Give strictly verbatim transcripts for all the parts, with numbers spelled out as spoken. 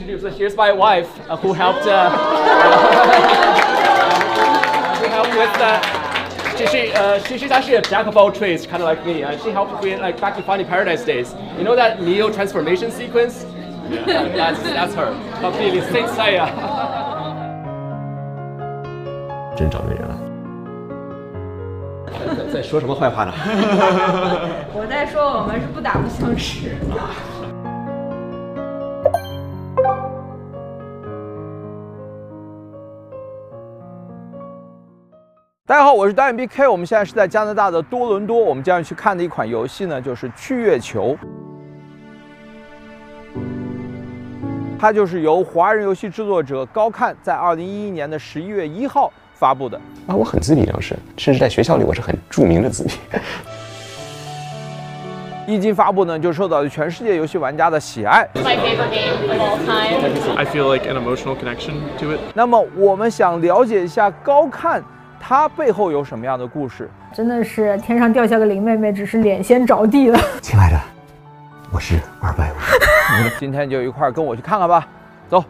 introduce her. Here's my wife, uh, who helped. Uh, who helped with the. She, she, uh, she, she's actually a jack of all trades, kind of like me. Uh, she helped me like back to Finding Paradise days. You know that Neo transformation sequence? Yeah. that's that's her. Completely Saint Seiya. 真找对人了。 在在说什么坏话呢？ 我在说我们是不打不相识。 大家好，我是导演 B K， 我们现在是在加拿大的多伦多，我们将要去看的一款游戏呢，就是《去月球》。它就是由华人游戏制作者高看在二零一一年的十一月一号发布的。 啊，我很自闭，当时甚至在学校里我是很著名的自闭。 一经发布呢，就受到了全世界游戏玩家的喜爱。 My favorite game of all time. I feel like an emotional connection to it. 那么我们想了解一下高看它背后有什么样的故事？ 真的是天上掉下个林妹妹，只是脸先着地了。 亲爱的，我是二百五。 今天就一块儿跟我去看看吧，走。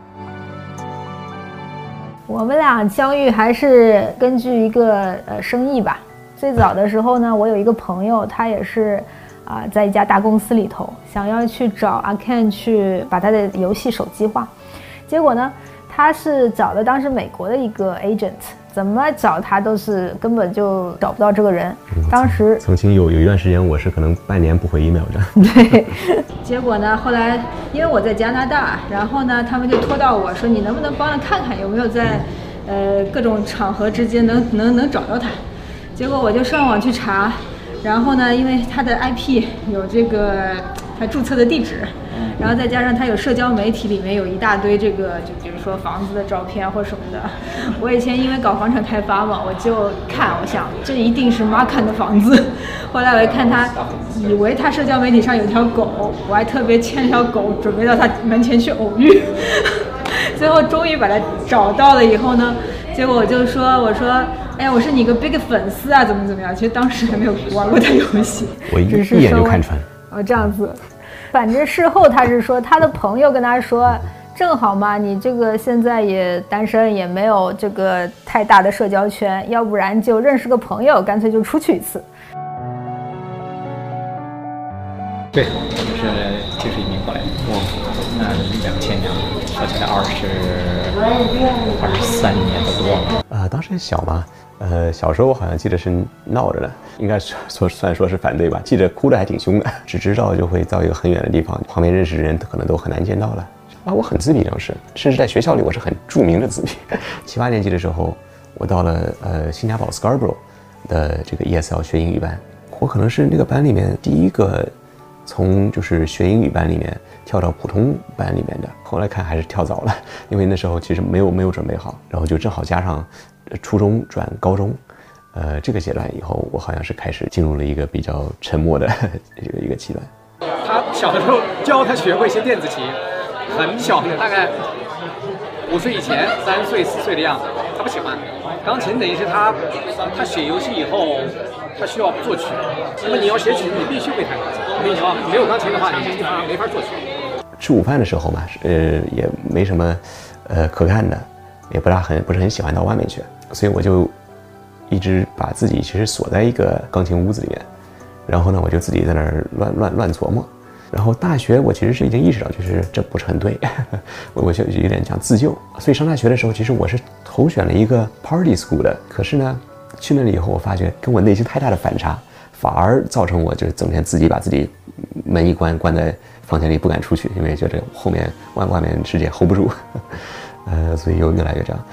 我们俩相遇还是根据一个呃生意吧。最早的时候呢，我有一个朋友，他也是啊、呃、在一家大公司里头，想要去找 Arkane 去把他的游戏手机化，结果呢，他是找了当时美国的一个 agent。怎么找他都是根本就找不到这个人。当时曾经有有一段时间，我是可能半年不回 email 的。 对，结果呢，后来因为我在加拿大，然后呢，他们就托到我说，你能不能帮着看看有没有在呃各种场合之间能能能找到他。结果我就上网去查，然后呢，因为他的 I P 有这个他注册的地址。然后再加上他有社交媒体，里面有一大堆这个，就比如说房子的照片或什么的。我以前因为搞房产开发嘛，我就看，我想这一定是马坎的房子。后来我一看他，以为他社交媒体上有条狗，我还特别牵条狗准备到他门前去偶遇。最后终于把他找到了以后呢，结果我就说，我说，哎呀，我是你个 big 粉丝啊，怎么怎么样？其实当时还没有玩过他游戏， 我一一眼就看穿。 哦，这样子。反正事后他是说，他的朋友跟他说，正好嘛，你这个现在也单身，也没有这个太大的社交圈，要不然就认识个朋友，干脆就出去一次。 对，我是就是移民过来的，我嗯两千年，说起来二十二十三年都多了。 呃，当时小嘛。呃，小时候我好像记得是闹着的，应该说算说是反对吧，记得哭得还挺凶的。只知道就会到一个很远的地方，旁边认识的人可能都很难见到了。啊，我很自闭当时，甚至在学校里我是很著名的自闭。七八年级的时候，我到了呃新加坡 Scarborough 的这个 E S L 学英语班，我可能是那个班里面第一个从就是学英语班里面跳到普通班里面的。后来看还是跳早了，因为那时候其实没有没有准备好，然后就正好加上。初中转高中，呃，这个阶段以后，我好像是开始进入了一个比较沉默的这个一个阶段。 他小的时候教他学过一些电子琴，很小的，大概五岁以前，三岁四岁的样子。他不喜欢钢琴，等于是他他写游戏以后，他需要作曲。那么你要写曲，你必须会弹钢琴。我跟你说，没有钢琴的话，你基本上没法作曲。 吃午饭的时候嘛，呃，也没什么呃可干的。也不大很不是很喜欢到外面去，所以我就一直把自己其实锁在一个钢琴屋子里面，然后呢，我就自己在那儿乱乱乱琢磨。然后大学我其实是已经意识到，就是这不是很对，我我就有点想自救。所以上大学的时候，其实我是投选了一个 party school 的，可是呢，去那里以后，我发觉跟我内心太大的反差，反而造成我就是整天自己把自己门一关，关在房间里不敢出去，因为觉得后面外外面世界 hold 不住。呃，所以又越来越这样。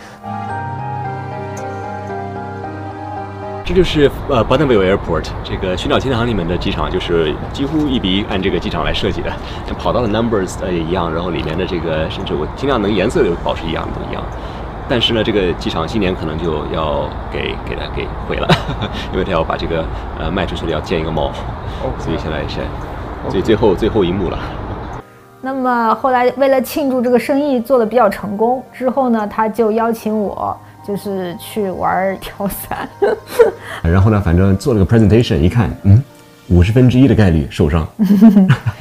这就是呃 Bonneville Airport 这个群岛轻航里面的机场，就是几乎一比一按这个机场来设计的，跑道的 numbers 呃也一样，然后里面的这个甚至我尽量能颜色都保持一样都一样。但是呢，这个机场今年可能就要给给它给毁了，因为它要把这个呃卖出去了，要建一个 mall， 所以现在是，所以最后最后一幕了。 那么后来为了庆祝这个生意做得比较成功，之后呢，他就邀请我就是去玩跳伞。 然后呢，反正做了个 presentation， 一看，嗯，五十分之一的概率受伤。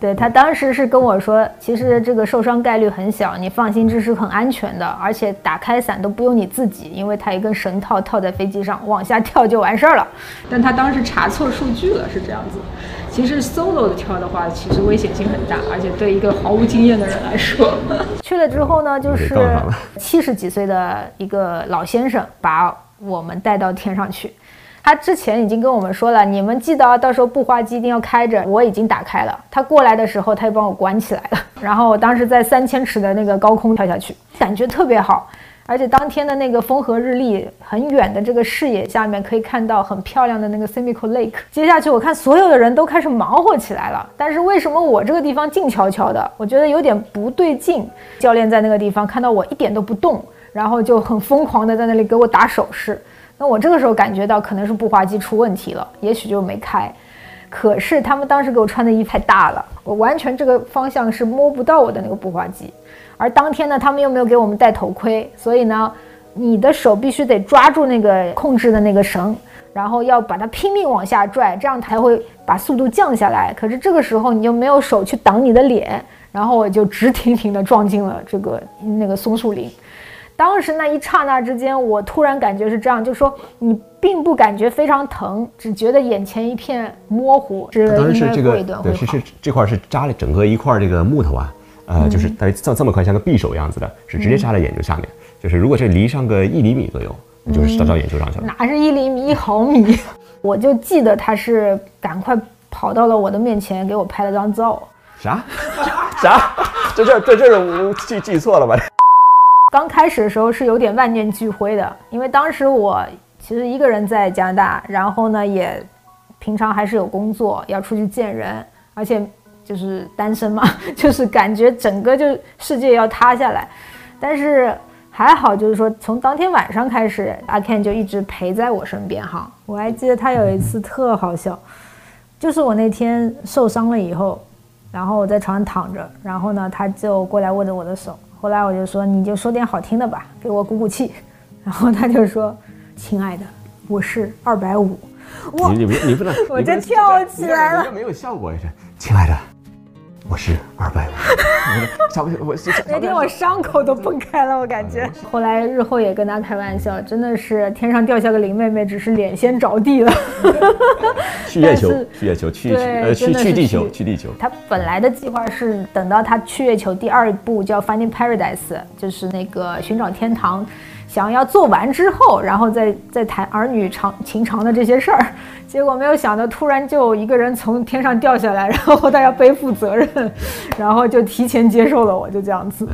对，他当时是跟我说，其实这个受伤概率很小，你放心，这是很安全的，而且打开伞都不用你自己，因为它一根绳套套在飞机上，往下跳就完事儿了。但他当时查错数据了，是这样子。其实 solo 的跳的话，其实危险性很大，而且对一个毫无经验的人来说，去了之后呢，就是七十几岁的一个老先生把我们带到天上去。他之前已经跟我们说了，你们记得到时候步滑机一定要开着，我已经打开了。他过来的时候，他就帮我关起来了。然后我当时在三千尺的那个高空跳下去，感觉特别好。而且当天的那个风和日丽，很远的这个视野下面可以看到很漂亮的那个 Simcoe Lake。接下去我看所有的人都开始忙活起来了，但是为什么我这个地方静悄悄的？我觉得有点不对劲。教练在那个地方看到我一点都不动，然后就很疯狂的在那里给我打手势。那我这个时候感觉到可能是步滑机出问题了，也许就没开。可是他们当时给我穿的衣服太大了，我完全这个方向是摸不到我的那个步滑机。而当天呢，他们又没有给我们戴头盔，所以呢，你的手必须得抓住那个控制的那个绳，然后要把它拼命往下拽，这样才会把速度降下来。可是这个时候你又没有手去挡你的脸，然后我就直挺挺的撞进了这个那个松树林。当时那一刹那之间，我突然感觉是这样，就是说你并不感觉非常疼，只觉得眼前一片模糊。 当时是这个， 对， 是是这块是扎了整个一块这个木头啊。呃，就是大约这这么宽，像个匕首样子的，是直接扎在眼球下面。嗯、就是如果是离上个一厘米左右，你就是扎到眼球上去了。 哪是一厘米，一毫米？我就记得他是赶快跑到了我的面前，给我拍了张照。 啥？啥？这这这这是我记记错了吧？ 刚开始的时候是有点万念俱灰的，因为当时我其实一个人在加拿大，然后呢也平常还是有工作，要出去见人，而且。就是单身嘛，就是感觉整个就世界要塌下来，但是还好，就是说从当天晚上开始，阿 Ken 就一直陪在我身边哈。我还记得他有一次特好笑，就是我那天受伤了以后，然后我在床上躺着，然后呢他就过来握着我的手，后来我就说你就说点好听的吧，给我鼓鼓气，然后他就说亲爱的，我是二百五。 你你不你不能， 我就跳起来了， 没有效果，是亲爱的。我是二百五，我那天我伤口都崩开了，我感觉。后来日后也跟他开玩笑，真的是天上掉下个林妹妹，只是脸先着地了。 去月球，去月球，去呃去去地球，去地球。 他本来的计划是等到他去月球第二部叫 Finding Paradise， 就是那个寻找天堂。想要做完之后，然后再再谈儿女长情长的这些事儿，结果没有想到突然就一个人从天上掉下来，然后他要背负责任，然后就提前接受了我，就这样子。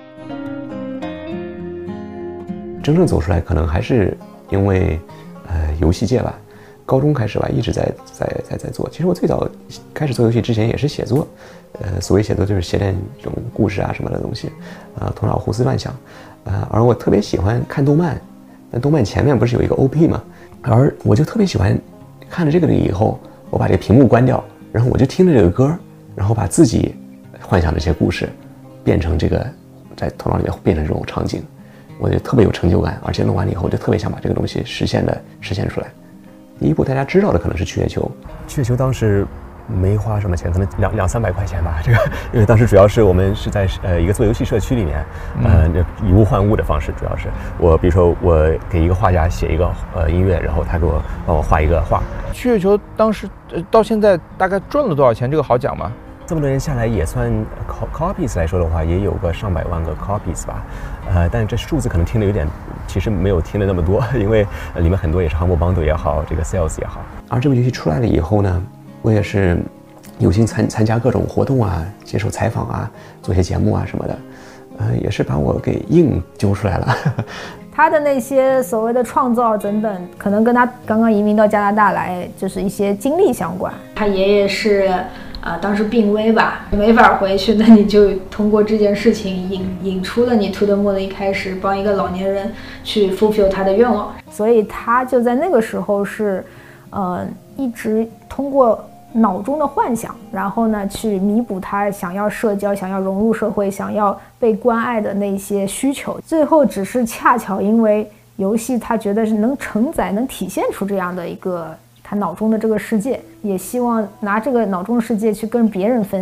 真正走出来，可能还是因为呃游戏界吧，高中开始吧，一直在在在在做。其实我最早开始做游戏之前也是写作，呃，所谓写作就是写点这种故事啊什么的东西，啊、呃，头脑胡思乱想。呃，而我特别喜欢看动漫，那动漫前面不是有一个 O P 吗？而我就特别喜欢看了这个以后，我把这个屏幕关掉，然后我就听着这个歌，然后把自己幻想的这些故事变成这个在头脑里面变成这种场景，我就特别有成就感，而且弄完了以后，我就特别想把这个东西实现的实现出来。第一部大家知道的可能是去月球，去月球当时没花什么钱，可能两两三百块钱吧。这个，因为当时主要是我们是在呃一个做游戏社区里面，呃，以物换物的方式，主要是我比如说我给一个画家写一个呃音乐，然后他给我帮我画一个画。 去月球当时呃到现在大概赚了多少钱？这个好讲吗？ 这么多年下来，也算 copies 来说的话，也有个上百万个 copies 吧。呃，但这数字可能听得有点，其实没有听得那么多，因为里面很多也是 Humble Bundle 也好，这个 Sales 也好。而这部游戏出来了以后呢，我也是有幸参参加各种活动啊，接受采访啊，做些节目啊什么的，呃，也是把我给硬揪出来了。 他的那些所谓的创造等等，可能跟他刚刚移民到加拿大来，就是一些经历相关。他爷爷是呃当时病危吧，没法回去，那你就通过这件事情引引出了你 To the Moon 的一开始，帮一个老年人去 fulfill 他的愿望。所以他就在那个时候是，呃，一直通过脑中的幻想，然后呢去弥补他想要社交、想要融入社会、想要被关爱的那些需求。最后只是恰巧因为游戏，他觉得是能承载、能体现出这样的一个他脑中的这个世界，也希望拿这个脑中的世界去跟别人分享，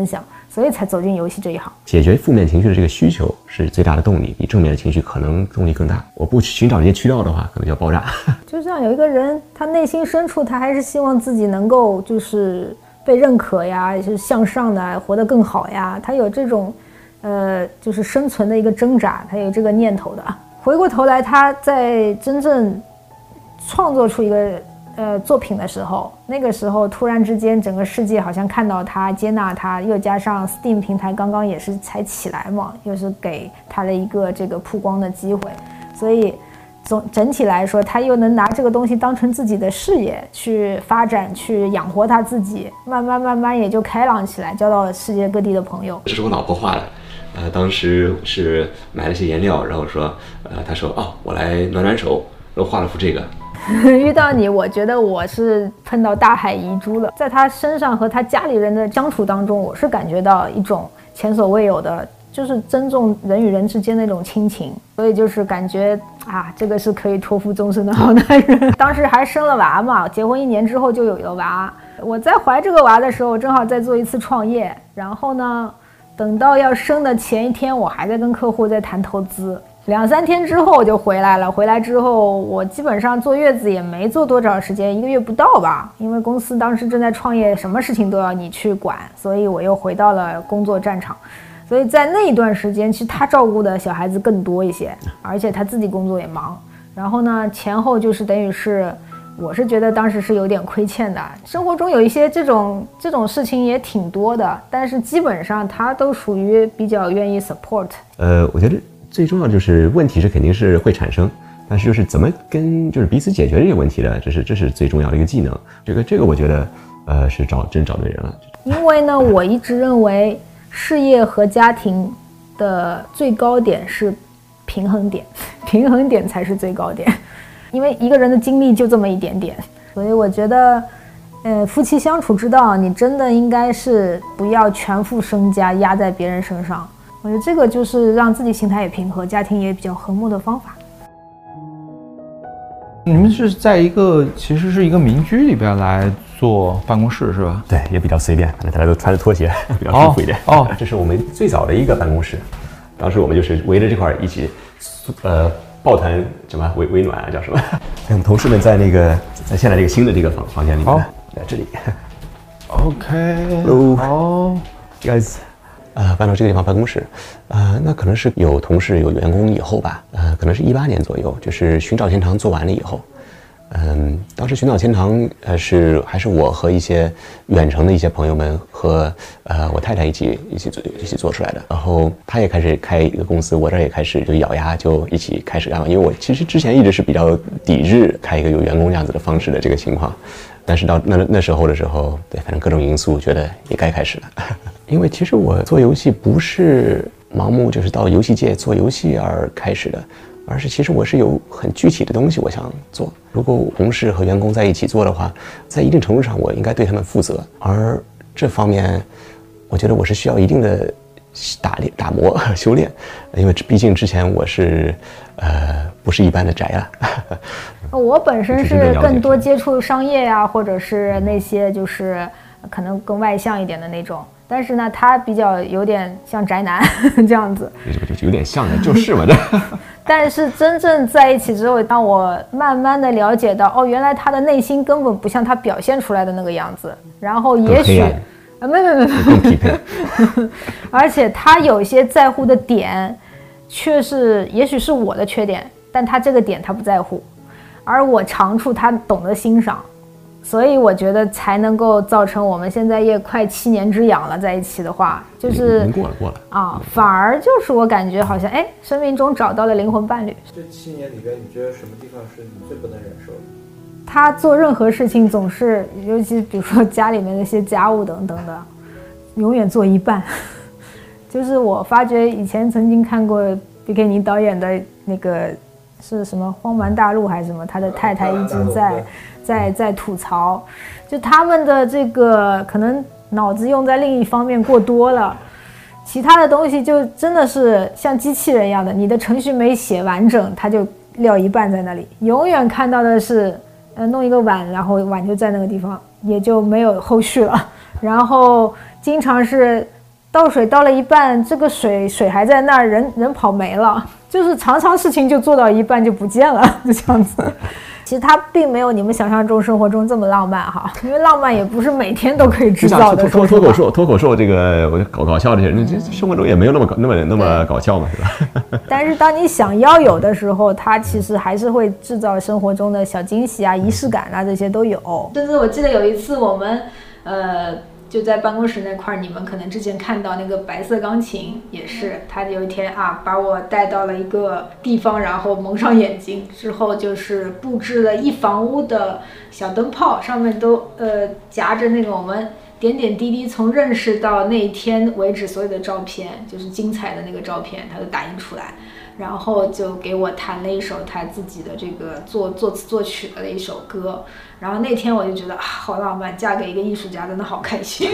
所以才走进游戏这一行。 解决负面情绪的这个需求是最大的动力，比正面的情绪可能动力更大。我不寻找这些渠道的话，可能就要爆炸。 就像有一个人，他内心深处他还是希望自己能够就是被认可呀，是向上的，活得更好呀，他有这种呃就是生存的一个挣扎，他有这个念头的。回过头来，他在真正创作出一个呃作品的时候，那个时候突然之间整个世界好像看到他，接纳他，又加上 Steam 平台刚刚也是才起来嘛，又是给他了一个这个曝光的机会，所以总整体来说，他又能拿这个东西当成自己的事业去发展，去养活他自己，慢慢慢慢也就开朗起来，交到了世界各地的朋友。 这是我老婆画的。呃，当时是买了些颜料，然后说，呃，她说，哦，我来暖暖手，然后画了幅这个。 遇到你，我觉得我是碰到大海遗珠了。在他身上和他家里人的相处当中，我是感觉到一种前所未有的，就是尊重人与人之间的那种亲情。所以就是感觉啊，这个是可以托付终身的好男人。当时还生了娃嘛，结婚一年之后就有了娃。我在怀这个娃的时候，正好在做一次创业，然后呢，等到要生的前一天，我还在跟客户在谈投资。两三天之后我就回来了，回来之后我基本上坐月子也没坐多少时间，一个月不到吧，因为公司当时正在创业，什么事情都要你去管，所以我又回到了工作战场。所以在那一段时间，其实他照顾的小孩子更多一些，而且他自己工作也忙。然后呢，前后就是等于是，我是觉得当时是有点亏欠的。生活中有一些这种这种事情也挺多的，但是基本上他都属于比较愿意 support。 呃，我觉得最重要就是问题是肯定是会产生，但是就是怎么跟就是彼此解决这些问题的，这是这是最重要的一个技能。这个这个我觉得，呃，是找真找对人了。 因为呢，我一直认为事业和家庭的最高点是平衡点，平衡点才是最高点。因为一个人的精力就这么一点点，所以我觉得，呃，夫妻相处之道，你真的应该是不要全副身家压在别人身上。我觉得这个就是让自己心态也平和，家庭也比较和睦的方法。 你们是在一个其实是一个民居里边来做办公室是吧？ 对，也比较随便，反正大家都穿着拖鞋，比较舒服一点。哦，哦这是我们最早的一个办公室，当时我们就是围着这块一起，呃，抱团什么围围暖啊，叫什么？我们同事们在那个在现在这个新的这个房房间里面，哦、在这里。 OK， 哦 ，guys。呃，搬到这个地方办公室，呃，那可能是有同事有员工以后吧，呃，可能是一八年左右，就是寻找天堂做完了以后，嗯，当时寻找天堂，呃，是还是我和一些远程的一些朋友们和呃我太太一起一起做一起做出来的，然后他也开始开一个公司，我这儿也开始就咬牙就一起开始干了，因为我其实之前一直是比较抵制开一个有员工这样子的方式的这个情况。但是到那那时候的时候，对，反正各种因素，觉得也该开始了。因为其实我做游戏不是盲目就是到游戏界做游戏而开始的，而是其实我是有很具体的东西我想做。如果同事和员工在一起做的话，在一定程度上我应该对他们负责，而这方面，我觉得我是需要一定的打练、打磨、修炼，因为毕竟之前我是，呃，不是一般的宅了。 我本身是更多接触商业呀、啊，或者是那些就是可能更外向一点的那种。但是呢，他比较有点像宅男这样子， 就有点像的，就是嘛这。 但是真正在一起之后，当我慢慢的了解到，哦，原来他的内心根本不像他表现出来的那个样子，然后也许。啊，没没没没，而且他有些在乎的点，却是也许是我的缺点，但他这个点他不在乎，而我长处他懂得欣赏，所以我觉得才能够造成我们现在也快七年之痒了，在一起的话，就是过了过了啊，反而就是我感觉好像哎，生命中找到了灵魂伴侣。 这七年里边，你觉得什么地方是你最不能忍受的？ 他做任何事情总是，尤其比如说家里面那些家务等等的，永远做一半。就是我发觉以前曾经看过毕克尼导演的那个是什么《荒蛮大陆》还是什么，他的太太一直在在在吐槽，就他们的这个可能脑子用在另一方面过多了，其他的东西就真的是像机器人一样的，你的程序没写完整，他就撂一半在那里，永远看到的是。呃，弄一个碗，然后碗就在那个地方，也就没有后续了。然后经常是倒水倒了一半，这个水水还在那儿，人人跑没了，就是常常事情就做到一半就不见了，就这样子。其实它并没有你们想象中生活中这么浪漫哈，因为浪漫也不是每天都可以制造的。 脱脱口秀，脱口秀这个我搞搞笑这些人，这生活中也没有那么搞那么那么搞笑嘛，是吧？ 但是当你想要有的时候，它其实还是会制造生活中的小惊喜啊、仪式感啊，这些都有。甚至我记得有一次我们呃。就在办公室那块儿，你们可能之前看到那个白色钢琴，也是他有一天啊，把我带到了一个地方，然后蒙上眼睛之后，就是布置了一房屋的小灯泡，上面都呃夹着那个我们点点滴滴从认识到那一天为止所有的照片，就是精彩的那个照片，他都打印出来。然后就给我弹了一首他自己的这个作作词作曲的一首歌，然后那天我就觉得啊，好浪漫，嫁给一个艺术家真的好开心。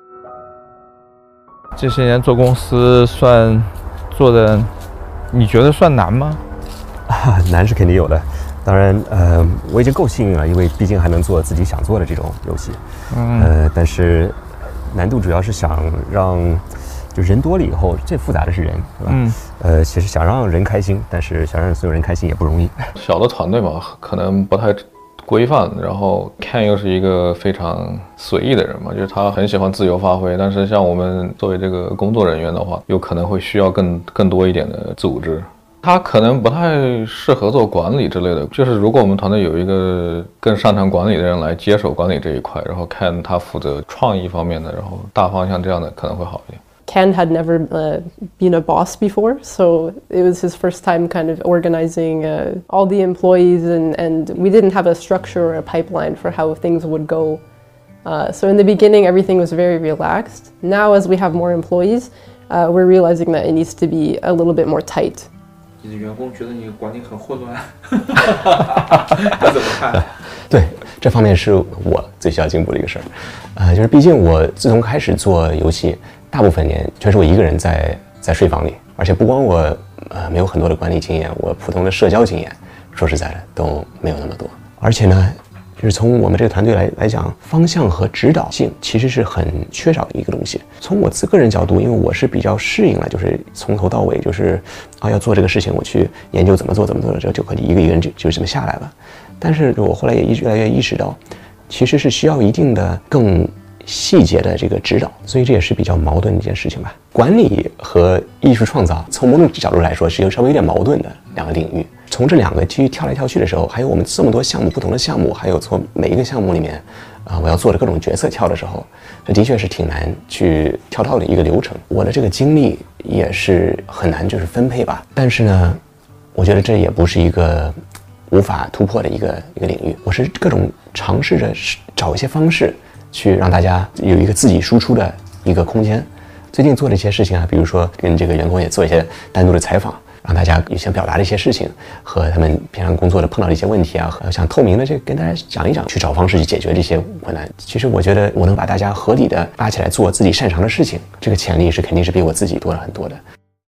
这些年做公司算做的，你觉得算难吗？ 啊，难是肯定有的。当然，呃，我已经够幸运了，因为毕竟还能做自己想做的这种游戏。嗯。呃，但是难度主要是想让。就人多了以后，最复杂的是人，是吧？嗯。呃，其实想让人开心，但是想让所有人开心也不容易。 小的团队嘛，可能不太规范，然后 Ken 又是一个非常随意的人嘛，就是他很喜欢自由发挥。但是像我们作为这个工作人员的话，有可能会需要更更多一点的组织。他可能不太适合做管理之类的，就是如果我们团队有一个更擅长管理的人来接手管理这一块，然后看他负责创意方面的，然后大方向这样的可能会好一点。 Ken had never uh, been a boss before, so it was his first time kind of organizing uh, all the employees, and, and we didn't have a structure or a pipeline for how things would go. Uh, so in the beginning, everything was very relaxed. Now, as we have more employees, uh, we're realizing that it needs to be a little bit more tight. 你的员工觉得你管理很混乱，你怎么看？ 对，这方面是我最需要进步的一个事儿。呃，就是毕竟我自从开始做游戏，大部分年全是我一个人在在睡房里，而且不光我呃没有很多的管理经验，我普通的社交经验，说实在的都没有那么多。而且呢，就是从我们这个团队来来讲，方向和指导性其实是很缺少的一个东西。从我自个人角度，因为我是比较适应了，就是从头到尾就是啊要做这个事情，我去研究怎么做怎么做的，这就可以一个一个人就就这么下来了。但是我后来也越来越意识到，其实是需要一定的更细节的这个指导，所以这也是比较矛盾的一件事情吧。管理和艺术创造，从某种角度来说是有稍微有点矛盾的两个领域。从这两个去跳来跳去的时候，还有我们这么多项目，不同的项目，还有从每一个项目里面，啊、呃，我要做的各种决策跳的时候，这的确是挺难去跳到的一个流程。我的这个精力也是很难就是分配吧。但是呢，我觉得这也不是一个无法突破的一个一个领域。我是各种尝试着找一些方式。去让大家有一个自己输出的一个空间。最近做的一些事情啊，比如说跟这个员工也做一些单独的采访，让大家有些表达的一些事情和他们平常工作的碰到的一些问题啊，和想透明的这跟大家讲一讲，去找方式去解决这些困难。其实我觉得我能把大家合理的拉起来做自己擅长的事情，这个潜力是肯定是比我自己多了很多的。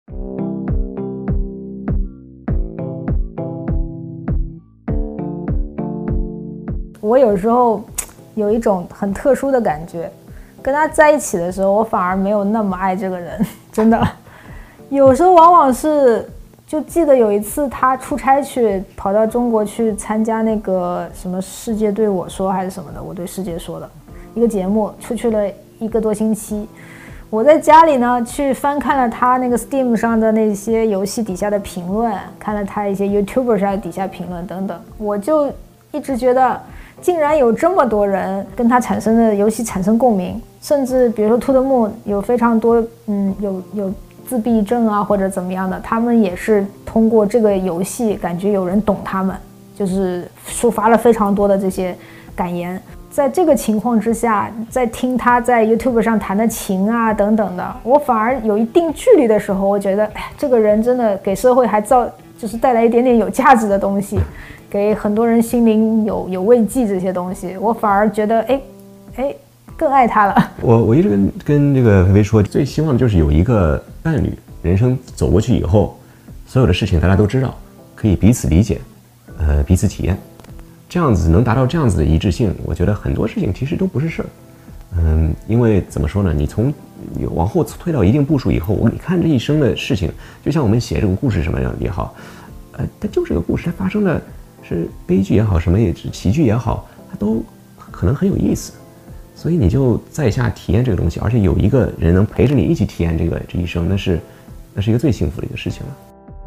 我有时候有一种很特殊的感觉，跟他在一起的时候，我反而没有那么爱这个人，真的。有时候往往是，就记得有一次他出差去，跑到中国去参加那个什么世界对我说还是什么的，我对世界说的一个节目，出去了一个多星期。我在家里呢，去翻看了他那个 Steam 上的那些游戏底下的评论，看了他一些 YouTuber 上的底下评论等等，我就一直觉得。竟然有这么多人跟他产生的游戏产生共鸣，甚至比如说 To the Moon 有非常多嗯有有自闭症啊或者怎么样的，他们也是通过这个游戏感觉有人懂他们，就是抒发了非常多的这些感言。在这个情况之下，在听他在 YouTube 上弹的琴啊等等的，我反而有一定距离的时候，我觉得哎，这个人真的给社会还造就是带来一点点有价值的东西。给很多人心灵有有慰藉这些东西，我反而觉得哎哎更爱他了。 我我一直跟跟这个菲菲说，最希望的就是有一个伴侣，人生走过去以后，所有的事情大家都知道，可以彼此理解，呃彼此体验，这样子能达到这样子的一致性，我觉得很多事情其实都不是事儿。 嗯，因为怎么说呢？你从往后推到一定步数以后，我你看这一生的事情，就像我们写这种故事什么样也好，呃，它就是个故事，它发生的是悲剧也好，什么也是喜剧也好，它都可能很有意思。所以你就在下体验这个东西，而且有一个人能陪着你一起体验这个这一生，那是那是一个最幸福的一个事情了。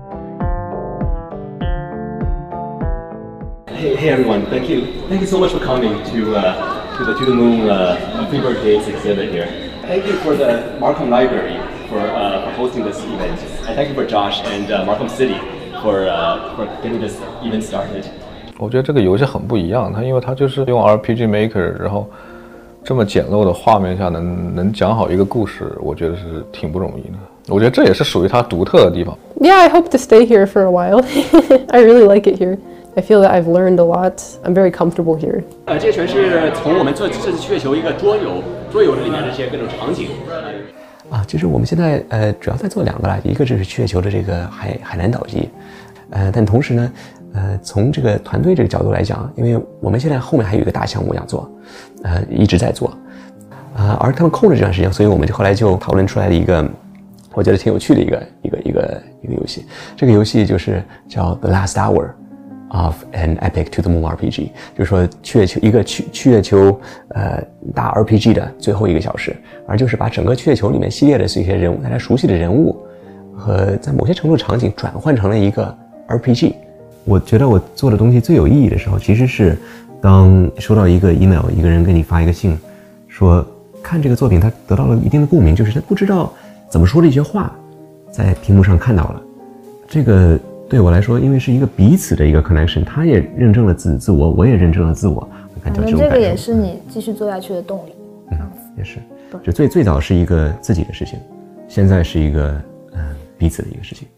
Hey, hey everyone! Thank you, thank you so much for coming to uh, to the To the Moon uh, Freebird Days exhibit here. Thank you for the Markham Library for uh, for hosting this event, and thank you for Josh and uh, Markham City for uh, for getting this event started. 我觉得这个游戏很不一样，它因为它就是用 R P G Maker， 然后这么简陋的画面下能能讲好一个故事，我觉得是挺不容易的。我觉得这也是属于它独特的地方。 Yeah, I hope to stay here for a while. I really like it here. I feel that I've learned a lot. I'm very comfortable here. 呃，这全是从我们做这次趣味球一个桌游，桌游里面这些各种场景。 啊，其实我们现在呃主要在做两个啦，一个就是趣味球的这个海海南岛机，呃，但同时呢，呃，从这个团队这个角度来讲，因为我们现在后面还有一个大项目要做，呃，一直在做，啊、呃，而他们空着这段时间，所以我们就后来就讨论出来了一个，我觉得挺有趣的一个一个一个一个游戏。这个游戏就是叫 The Last Hour。Of an epic to the moon R P G， 就是说趣味球一个趣趣味球呃大 R P G 的最后一个小时，而就是把整个趣味球里面系列的这些人物，大家熟悉的人物和在某些程度场景转换成了一个 R P G。我觉得我做的东西最有意义的时候，其实是当收到一个 email， 一个人给你发一个信，说看这个作品他得到了一定的共鸣，就是他不知道怎么说的一些话，在屏幕上看到了这个。对我来说，因为是一个彼此的一个 connection， 他也认证了自自我，我也认证了自我，感觉这种感受。 这个也是你继续做下去的动力。 嗯，也是。就最最早是一个自己的事情，现在是一个嗯、呃、彼此的一个事情。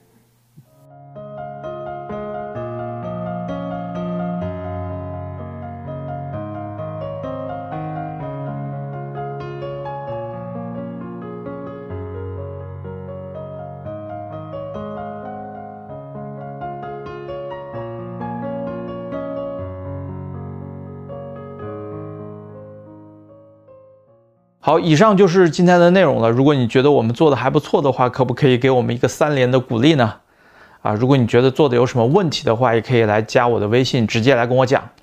好，以上就是今天的内容了。如果你觉得我们做的还不错的话，可不可以给我们一个三连的鼓励呢？啊，如果你觉得做的有什么问题的话，也可以来加我的微信，直接来跟我讲。